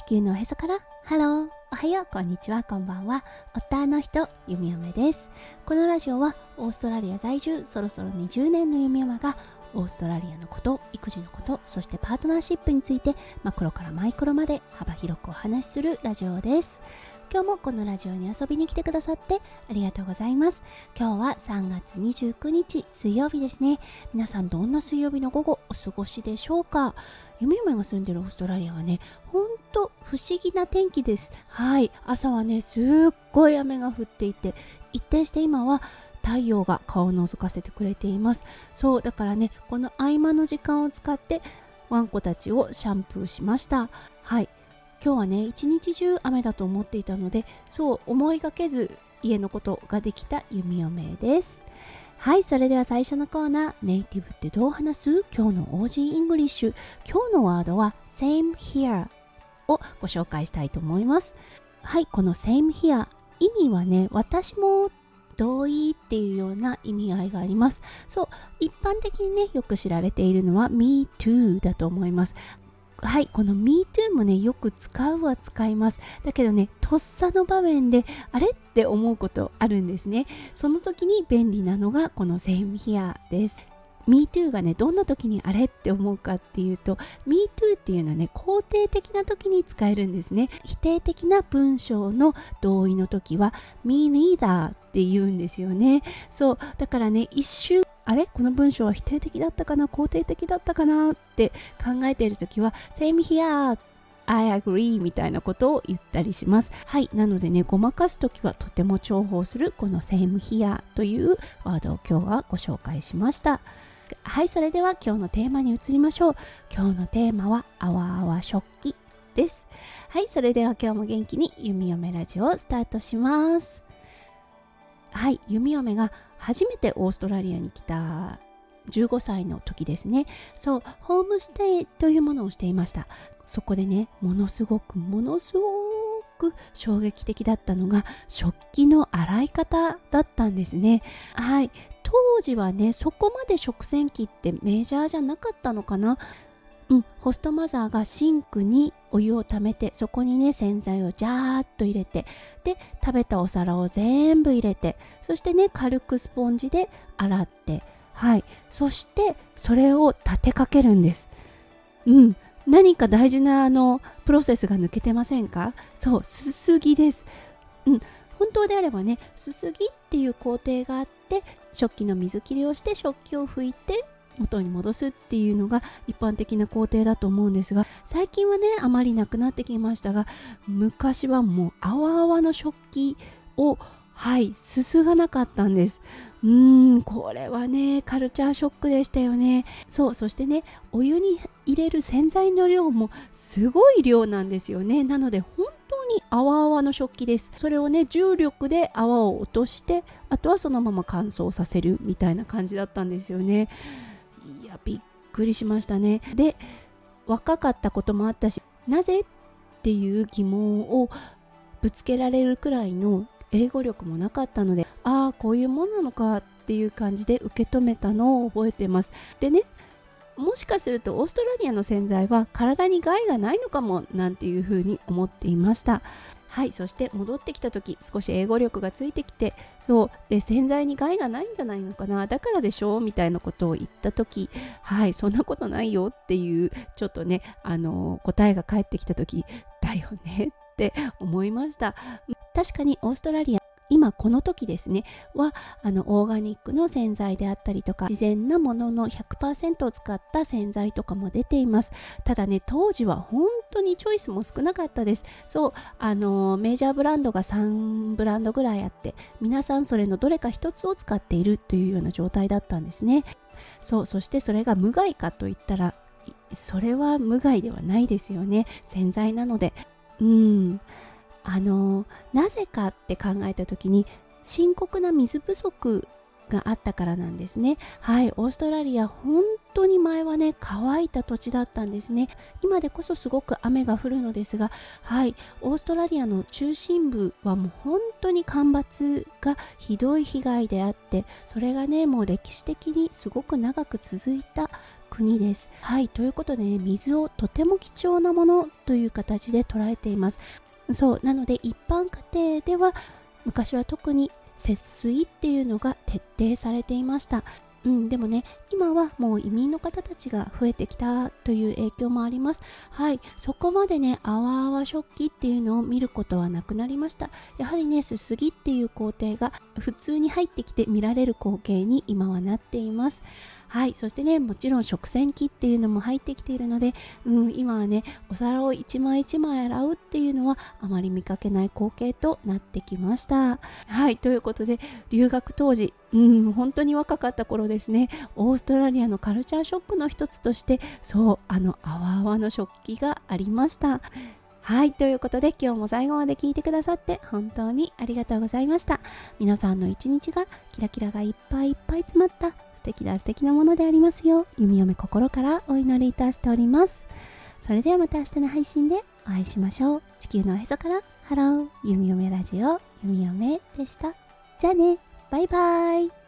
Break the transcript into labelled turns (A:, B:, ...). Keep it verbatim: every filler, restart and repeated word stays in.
A: 球のおへそからハロー、おはよう、こんにちは、こんばんは。夫の人、ゆみおめです。このラジオはオーストラリア在住そろそろにじゅうねんのゆみおめがオーストラリアのこと、育児のこと、そしてパートナーシップについてマクロからマイクロまで幅広くお話しするラジオです。今日もこのラジオに遊びに来てくださってありがとうございます。今日はさんがつにじゅうくにち水曜日ですね。皆さんどんな水曜日の午後お過ごしでしょうか。ゆみゆめが住んでるオーストラリアはね、ほんと不思議な天気です。はい、朝はねすっごい雨が降っていて、一転して今は太陽が顔を覗かせてくれています。そうだからね、この合間の時間を使ってワンコたちをシャンプーしました。はい、今日はね一日中雨だと思っていたので、そう思いがけず家のことができたゆみおめです。はい、それでは最初のコーナー、ネイティブってどう話す？今日の オージー イングリッシュ。今日のワードは same here をご紹介したいと思います。はい、この same here 意味はね、私も同意っていうような意味合いがあります。そう、一般的にねよく知られているのは me too だと思います。はい、この me too もねよく使うは使います。だけどね、とっさの場面であれって思うことあるんですね。その時に便利なのがこの same here です。me too がねどんな時にあれって思うかっていうと、 me too っていうのはね肯定的な時に使えるんですね。否定的な文章の同意の時は me neither って言うんですよね。そうだからね、一瞬あれこの文章は否定的だったかな肯定的だったかなって考えているときは Same here I agree みたいなことを言ったりします。はい、なのでね、ごまかすときはとても重宝するこの Same here というワードを今日はご紹介しました。はい、それでは今日のテーマに移りましょう。今日のテーマはあわあわ食器です。はい、それでは今日も元気にゆみおめラジオをスタートします。はい、ゆみおめが初めてオーストラリアに来たじゅうごさいの時ですね。そう、ホームステイというものをしていました。そこでね、ものすごくものすごく衝撃的だったのが食器の洗い方だったんですね。はい、当時はね、そこまで食洗機ってメジャーじゃなかったのかな。うん、ホストマザーがシンクにお湯をためて、そこにね洗剤をジャーッと入れて、で食べたお皿を全部入れて、そしてね軽くスポンジで洗って、はい、そしてそれを立てかけるんです。うん、何か大事なあのプロセスが抜けてませんか？そう、すすぎです。うん、本当であればね、すすぎっていう工程があって、食器の水切りをして食器を拭いて元に戻すっていうのが一般的な工程だと思うんですが、最近はねあまりなくなってきましたが、昔はもうあわあわの食器をはいすすがなかったんです。うーんこれはねカルチャーショックでしたよね。そう、そしてねお湯に入れる洗剤の量もすごい量なんですよね。なので本当にあわあわの食器です。それをね重力で泡を落として、あとはそのまま乾燥させるみたいな感じだったんですよね。いやびっくりしましたね。で、若かったこともあったし、なぜっていう疑問をぶつけられるくらいの英語力もなかったので、ああこういうもんなのかっていう感じで受け止めたのを覚えてます。でね、もしかするとオーストラリアの洗剤は体に害がないのかもなんていうふうに思っていました。はい、そして戻ってきた時少し英語力がついてきて、そうで洗剤に害がないんじゃないのかな、だからでしょうみたいなことを言った時、はいそんなことないよっていうちょっとねあの答えが返ってきた時だよねって思いました。確かにオーストラリア今この時ですねはあのオーガニックの洗剤であったりとか、自然なものの ひゃくパーセント を使った洗剤とかも出ています。ただね当時は本当にチョイスも少なかったです。そうあのメジャーブランドがさんブランドぐらいあって、皆さんそれのどれか一つを使っているというような状態だったんですね。そう、そしてそれが無害かといったらそれは無害ではないですよね。洗剤なので。うんあのなぜかって考えた時に深刻な水不足があったからなんですね。はい、オーストラリア本当に前はね乾いた土地だったんですね。今でこそすごく雨が降るのですが、はい、オーストラリアの中心部はもう本当に干ばつがひどい被害であって、それがねもう歴史的にすごく長く続いた国です。はい、ということでね、水をとても貴重なものという形で捉えています。そうなので一般家庭では昔は特に節水っていうのが徹底されていました。うん、でもね、今はもう移民の方たちが増えてきたという影響もあります。はい、そこまでね、あわあわ食器っていうのを見ることはなくなりました。やはりね、すすぎっていう工程が普通に入ってきて見られる光景に今はなっています。はい、そしてね、もちろん食洗機っていうのも入ってきているので、うん、今はね、お皿を一枚一枚洗うっていうのはあまり見かけない光景となってきました。はい、ということで、留学当時、うん、本当に若かった頃ですね、オーストラリアのカルチャーショックの一つとして、そう、あのあわあわの食器がありました。はい、ということで今日も最後まで聞いてくださって本当にありがとうございました。皆さんの一日がキラキラがいっぱいいっぱい詰まった素敵な素敵なものでありますよう、弓嫁心からお祈りいたしております。それではまた明日の配信でお会いしましょう。地球のおへそからハロー、弓嫁ラジオ弓嫁でした。じゃあね、バイバイ。